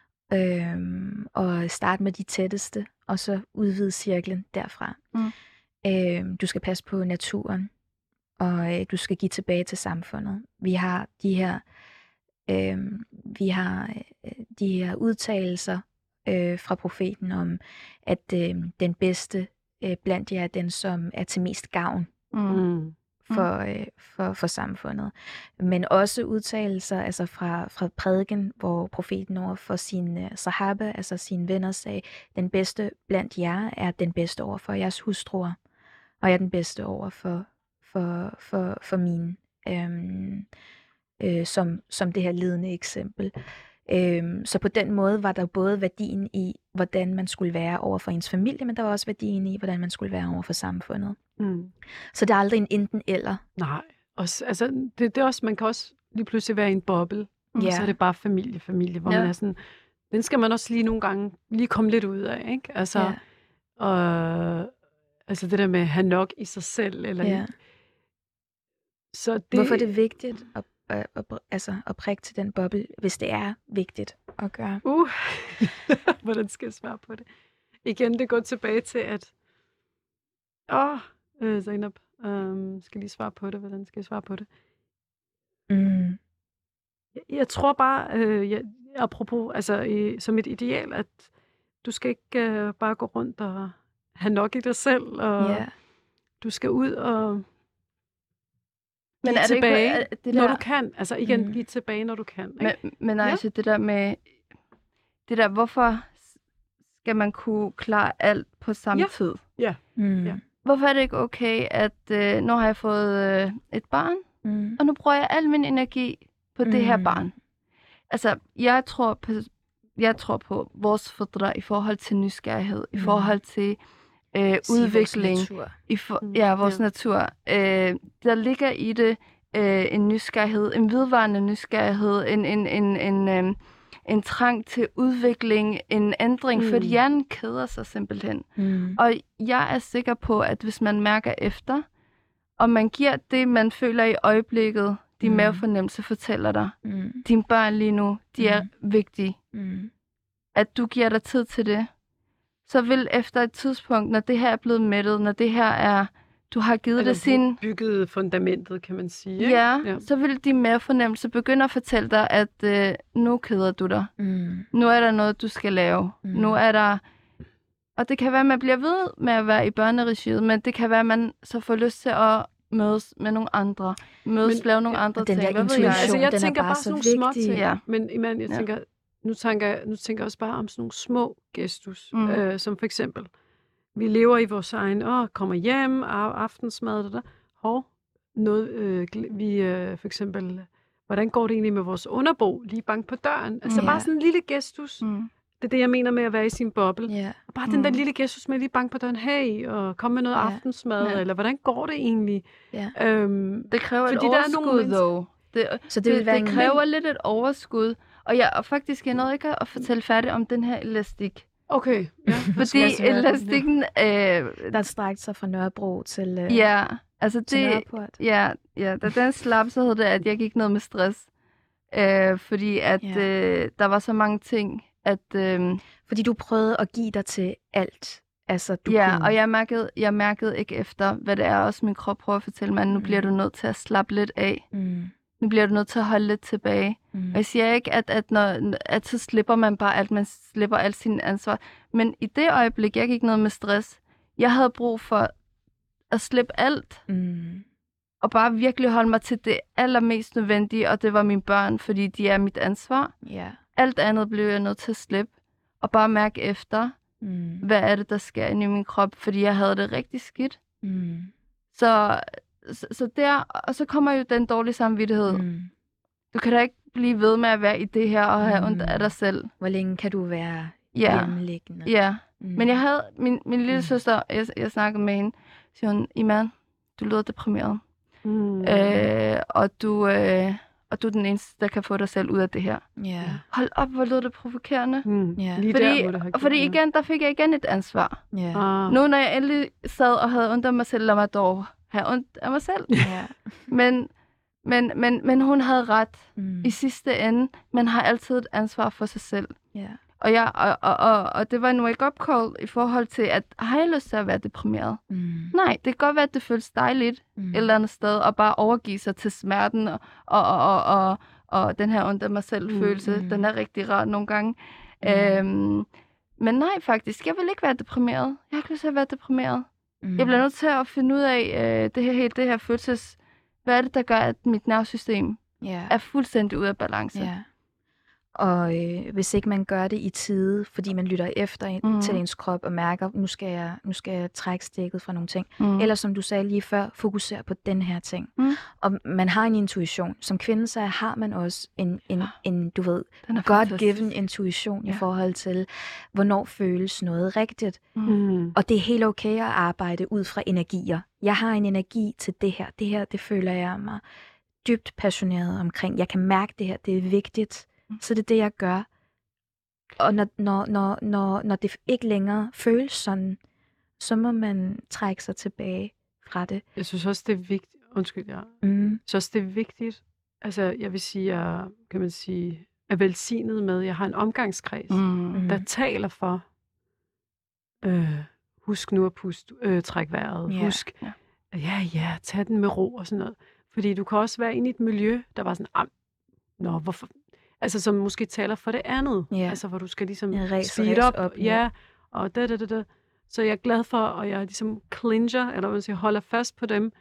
og starte med de tætteste, og så udvide cirklen derfra. Du skal passe på naturen, og du skal give tilbage til samfundet. Vi har de her udtalelser fra profeten om, at den bedste blandt jer er den, som er til mest gavn for samfundet. Men også udtalelser altså fra prædiken, hvor profeten over for sine sahaba, altså sine venner, sagde, den bedste blandt jer er den bedste over for jeres hustruer, og jeg er den bedste over for mine, som det her ledende eksempel. Så på den måde var der både værdien i, hvordan man skulle være over for ens familie, men der var også værdien i, hvordan man skulle være over for samfundet. Så det er aldrig en enten eller. Nej, altså, det er også, man kan også lige pludselig være i en boble, og så er det bare familie, hvor man er sådan, den skal man også lige nogle gange lige komme lidt ud af, ikke? Altså, altså det der med at have nok i sig selv, eller så det... Hvorfor er det vigtigt at prikke til den boble, hvis det er vigtigt at gøre? Hvordan skal jeg svare på det? Igen, det går tilbage til, at Zainab, skal lige svare på det. Hvordan skal jeg svare på det? Jeg tror bare, apropos, altså som et ideal, at du skal ikke bare gå rundt og have nok i dig selv, og du skal ud og give tilbage, når du kan. Altså igen, give tilbage, når du kan. Ikke? Men altså, det der med, hvorfor skal man kunne klare alt på samme tid? Ja. Hvorfor er det ikke okay, at nu har jeg fået et barn, og nu bruger jeg al min energi på det her barn? Altså, jeg tror på vores fædre i forhold til nysgerrighed, i forhold til udvikling. Vores natur. Der ligger i det en nysgerrighed, en vedvarende nysgerrighed, en trang til udvikling, en ændring, for hjernen keder sig simpelthen. Og jeg er sikker på, at hvis man mærker efter, og man giver det, man føler i øjeblikket, din mavefornemmelse fortæller dig, dine børn lige nu, de er vigtige. At du giver dig tid til det, så vil efter et tidspunkt, når det her er blevet mættet, når det her er, du har givet det sin... bygget fundamentet, kan man sige. Ja, så vil din mavefornemmelse begynde at fortælle dig, at nu keder du dig. Nu er der noget, du skal lave. Nu er der... Og det kan være, at man bliver ved med at være i børneregiet, men det kan være, at man så får lyst til at mødes med nogle andre, lave nogle andre ting. Den der intuition, altså, jeg den tænker er bare sådan så nogle vigtig. små ting, Ja. men Iman, jeg tænker, nu tænker jeg også bare om sådan nogle små gestus, som for eksempel, vi lever i vores egen, kommer hjem, aftensmad, for eksempel, hvordan går det egentlig med vores underbo, lige bank på døren, altså bare sådan en lille gestus, det er det, jeg mener med at være i sin boble, og bare den der lille gestus med lige bank på døren, hey, og komme med noget aftensmad, eller hvordan går det egentlig? Det kræver et overskud, dog. Det kræver lidt et overskud. Og faktisk, jeg nåede ikke at fortælle færdigt om den her elastik. Okay. Ja. Fordi elastikken... der strækker sig fra Nørrebro til altså til Nørreport. Ja, da den slap, så hed det, at jeg gik ned med stress. Fordi at der var så mange ting, at... fordi du prøvede at give dig til alt. Altså, og jeg mærkede ikke efter, hvad det er, også min krop prøver at fortælle mig, nu bliver du nødt til at slappe lidt af. Nu bliver du nødt til at holde lidt tilbage. Og jeg siger ikke, at så slipper man bare alt, man slipper alt sin ansvar. Men i det øjeblik, jeg gik ned med stress, jeg havde brug for at slippe alt. Og bare virkelig holde mig til det allermest nødvendige, og det var mine børn, fordi de er mit ansvar. Alt andet blev jeg nødt til at slippe. Og bare mærke efter, hvad er det, der sker inde i min krop, fordi jeg havde det rigtig skidt. Så der, og så kommer jo den dårlige samvittighed. Du kan da ikke blive ved med at være i det her og have ondt af dig selv. Hvor længe kan du være hjemmeliggende? Ja, men jeg havde min lille søster, jeg snakkede med hende, siger hun, Iman, du lyder deprimeret. Og du er den eneste, der kan få dig selv ud af det her. Hold op, hvor lød det provokerende. Fordi igen, der fik jeg igen et ansvar. Nu når jeg endelig sad og havde ondt af mig selv, lad mig dog have ondt af mig selv. Men hun havde ret i sidste ende. Man har altid et ansvar for sig selv. Og det var en wake-up call i forhold til, at har jeg lyst til at være deprimeret? Nej, det kan godt være, at det føles dejligt et eller andet sted, og bare overgive sig til smerten, og den her ondt af mig selv følelse, den er rigtig rar nogle gange. Men nej, faktisk, jeg vil ikke være deprimeret. Jeg har ikke lyst til at være deprimeret. Jeg bliver nødt til at finde ud af det her følelses... Hvad er det, der gør, at mit nervesystem er fuldstændig ude af balance? Og hvis ikke man gør det i tide, fordi man lytter efter til ens krop og mærker, nu skal jeg trække stikket fra nogle ting. Eller som du sagde lige før, fokusere på den her ting. Og man har en intuition. Som kvinde, så har man også en du ved, God-given intuition i forhold til, hvornår føles noget rigtigt. Og det er helt okay at arbejde ud fra energier. Jeg har en energi til det her, det føler jeg mig dybt passioneret omkring. Jeg kan mærke det her, det er vigtigt. Så det er det, jeg gør. Og når det ikke længere føles sådan, så må man trække sig tilbage fra det. Jeg synes også, det er vigtigt. Undskyld, jeg synes også, det er vigtigt. Altså, jeg vil sige, jeg er velsignet med, jeg har en omgangskreds, der taler for, husk nu at puste, træk vejret, husk, tag den med ro og sådan noget. Fordi du kan også være inde i et miljø, der var sådan, hvorfor? Altså, som måske taler for det andet. Altså, hvor du skal ligesom speed up. Og da. Så jeg er glad for, og jeg ligesom clinger, eller hvad man siger, holder fast på dem,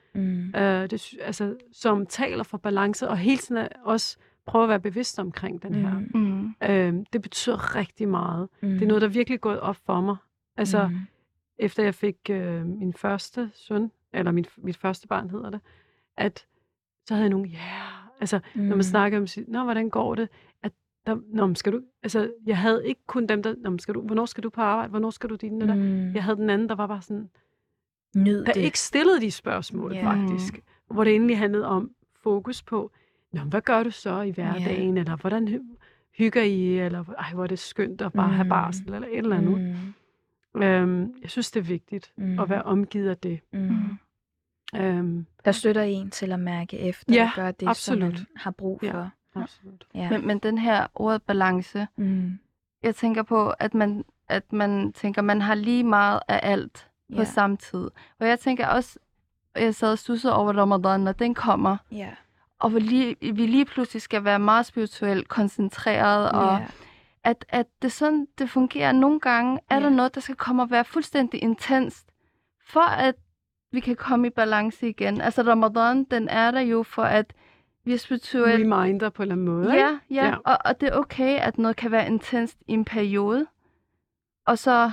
som taler for balance, og hele tiden også prøver at være bevidst omkring den her. Det betyder rigtig meget. Det er noget, der virkelig er gået op for mig. Altså, efter jeg fik min første søn, eller mit første barn hedder det, at så havde jeg nogle, når man snakker om, hvordan går det? Skal du, altså, jeg havde ikke kun dem, der, hvornår skal du på arbejde? Hvornår skal du dine der? Jeg havde den anden, der var bare sådan, der ikke stillede de spørgsmål, faktisk. Hvor det egentlig handlede om fokus på, hvad gør du så i hverdagen? Eller hvordan hygger I? Eller hvor er det skønt at bare have barsel? Eller et eller andet. Jeg synes, det er vigtigt at være omgivet af det. Der støtter en til at mærke efter og gøre det, absolut. som man har brug for. Ja, absolut. Men den her ordet balance, jeg tænker på, at man tænker, man har lige meget af alt på samme tid. Og jeg tænker også, jeg sad og stussede over Ramadan, når den kommer, og vi lige pludselig skal være meget spirituelt koncentreret, og at det sådan, det fungerer. Nogle gange er der noget, der skal komme og være fuldstændig intenst, for at vi kan komme i balance igen. Altså Ramadan, den er der jo for at vi spirituelt... Reminder på en eller anden måde, Ja, ja. Og det er okay, at noget kan være intenst i en periode. Og så...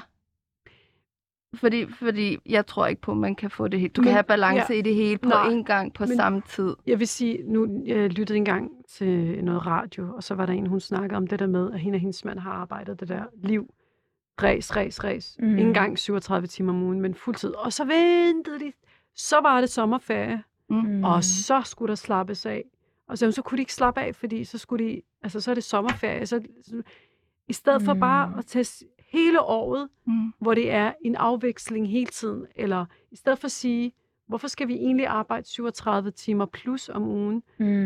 Fordi jeg tror ikke på, at man kan få det helt. Du kan have balance i det hele på én gang på samme tid. Jeg vil sige, nu jeg lyttede engang til noget radio, og så var der en, hun snakkede om det der med, at hende og hendes mand har arbejdet det der liv. Ræs. Ikke engang 37 timer om ugen, men fuldtid. Og så ventede de. Så var det sommerferie. Og så skulle der slappes af. Og så kunne de ikke slappe af, fordi så skulle de... Altså, så er det sommerferie. Så i stedet for bare at tage hele året, hvor det er en afveksling hele tiden, eller i stedet for at sige, hvorfor skal vi egentlig arbejde 37 timer plus om ugen?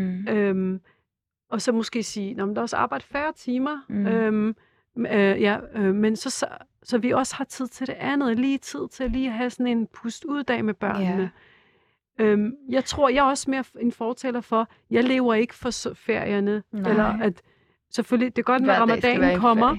Og så måske sige, der er også arbejde 40 timer, men så vi også har tid til det andet, lige tid til lige at have sådan en pust ud dag med børnene. Jeg tror, jeg er også mere en fortæller for, jeg lever ikke for ferierne, eller at selvfølgelig, det er godt, når Ramadan kommer.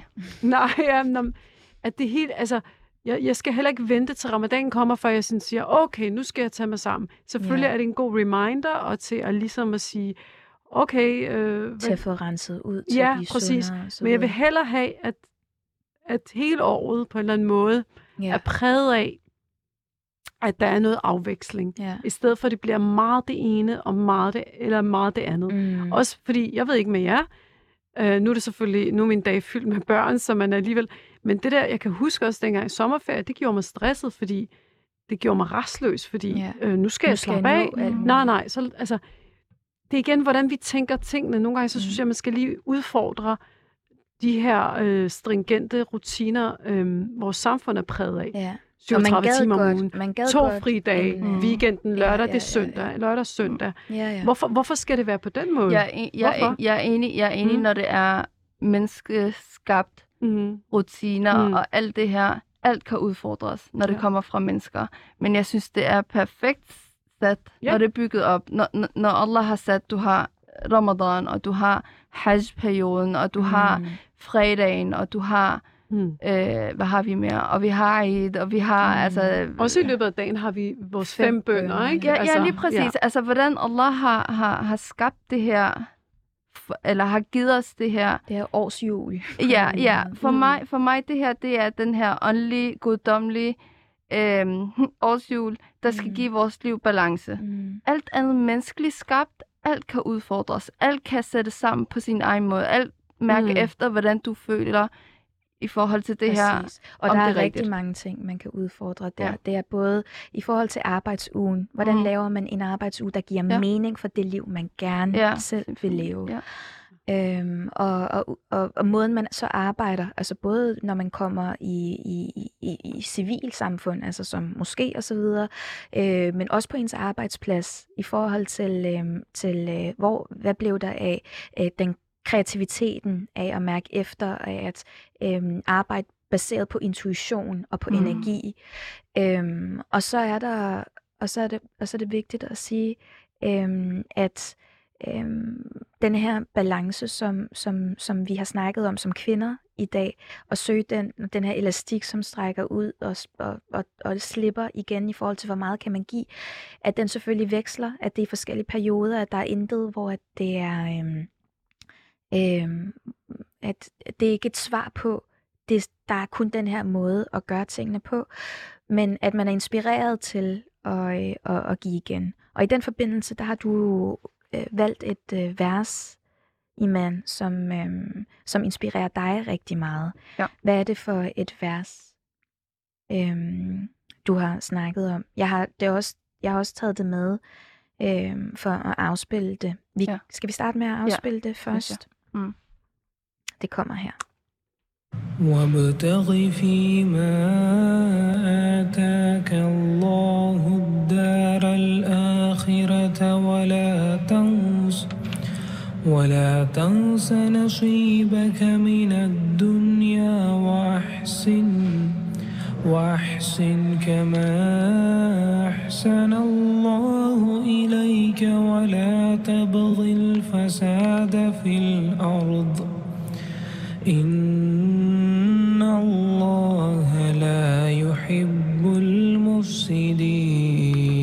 At det helt, altså, jeg skal heller ikke vente til Ramadan kommer, før jeg sådan siger, okay, nu skal jeg tage mig sammen. Selvfølgelig er det en god reminder, og til at ligesom at sige, okay... til at få renset ud, til at blive præcis. sundere. Men jeg vil hellere have, at hele året på en eller anden måde er præget af, at der er noget afveksling. I stedet for, at det bliver meget det ene, og meget det andet. Også fordi, jeg ved ikke med jer, nu er det selvfølgelig, nu er min dag fyldt med børn, så man alligevel... Men det der, jeg kan huske også dengang i sommerferie, det gjorde mig stresset, fordi det gjorde mig restløs, fordi nu skal jeg slappe af. Nej, så altså... Det er igen, hvordan vi tænker tingene. Nogle gange, så synes jeg, man skal lige udfordre de her stringente rutiner, vores samfund er præget af. 37 timer om ugen, 2 fridage, weekenden, lørdag, det er søndag, lørdag og søndag. Hvorfor skal det være på den måde? Jeg er enig, når det er menneskeskabt rutiner og alt det her. Alt kan udfordres, når det kommer fra mennesker. Men jeg synes, det er perfekt sat, når det er bygget op. Når Allah har sat, du har Ramadan, og du har Hajj-perioden, og du har fredagen, og du har hvad har vi mere? Og vi har Eid, og vi har altså... Også i løbet af dagen har vi vores 5 bønner, ikke? Ja, lige præcis. Ja. Altså, hvordan Allah har skabt det her, eller har givet os det her... Det er årsjul. Ja. For mig, det her, det er den her åndelige, guddommelige årsjul, der skal give vores liv balance. Alt andet menneskeligt skabt, alt kan udfordres. Alt kan sættes sammen på sin egen måde. Alt mærke efter, hvordan du føler i forhold til det her. Og der er rigtig mange ting, man kan udfordre der. Det er både i forhold til arbejdsugen. Hvordan laver man en arbejdsuge, der giver mening for det liv, man gerne selv vil leve? Og måden man så arbejder, altså både når man kommer i civilsamfund, altså som moské og så videre, men også på ens arbejdsplads i forhold til hvad blev der af den kreativiteten af at mærke efter, af at arbejde baseret på intuition og på energi. Og så er det vigtigt at sige, at den her balance, som vi har snakket om som kvinder i dag, og søge den her elastik, som strækker ud og slipper igen i forhold til, hvor meget kan man give, at den selvfølgelig veksler, at det er forskellige perioder, at der er intet, hvor at det er... at det er ikke et svar på, der er kun den her måde at gøre tingene på, men at man er inspireret til at give igen. Og i den forbindelse, der har du valgt et vers, Iman, som inspirerer dig rigtig meget. Hvad er det for et vers, du har snakket om? Jeg har også taget det med for at afspille det. Skal vi starte med at afspille det først? Det kommer her. وابتغ فيما آتاك الله الدار الآخرة ولا تنس نصيبك من الدنيا وأحسن كما أحسن الله إليك ولا تبغ الفساد في الأرض إن الله لا يحب المفسدين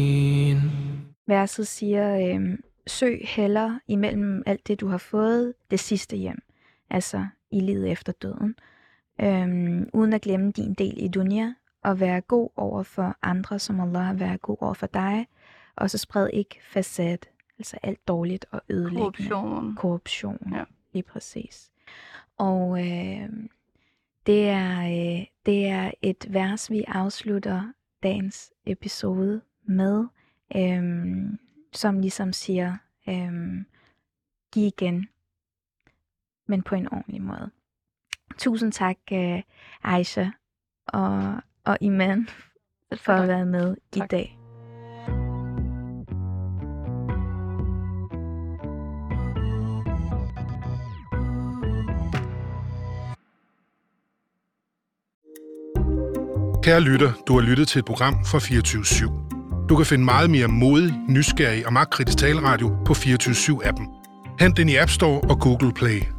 verset siger, søg heller imellem alt det, du har fået, det sidste hjem. Altså i livet efter døden. Uden at glemme din del i dunya, og være god over for andre, som Allah har været god over for dig. Og så spred ikke fasad, altså alt dårligt og ødelæggende. Korruption. Ja. Lige præcis. Og det er et vers, vi afslutter dagens episode med, som ligesom siger, giv igen, men på en ordentlig måde. Tusind tak, Aisha og Iman, for at være med i dag. Kære lytter, du har lyttet til et program fra 24/7. Du kan finde meget mere modig, nysgerrig og magtkritisk taleradio på 24/7-appen. Hent den i App Store og Google Play.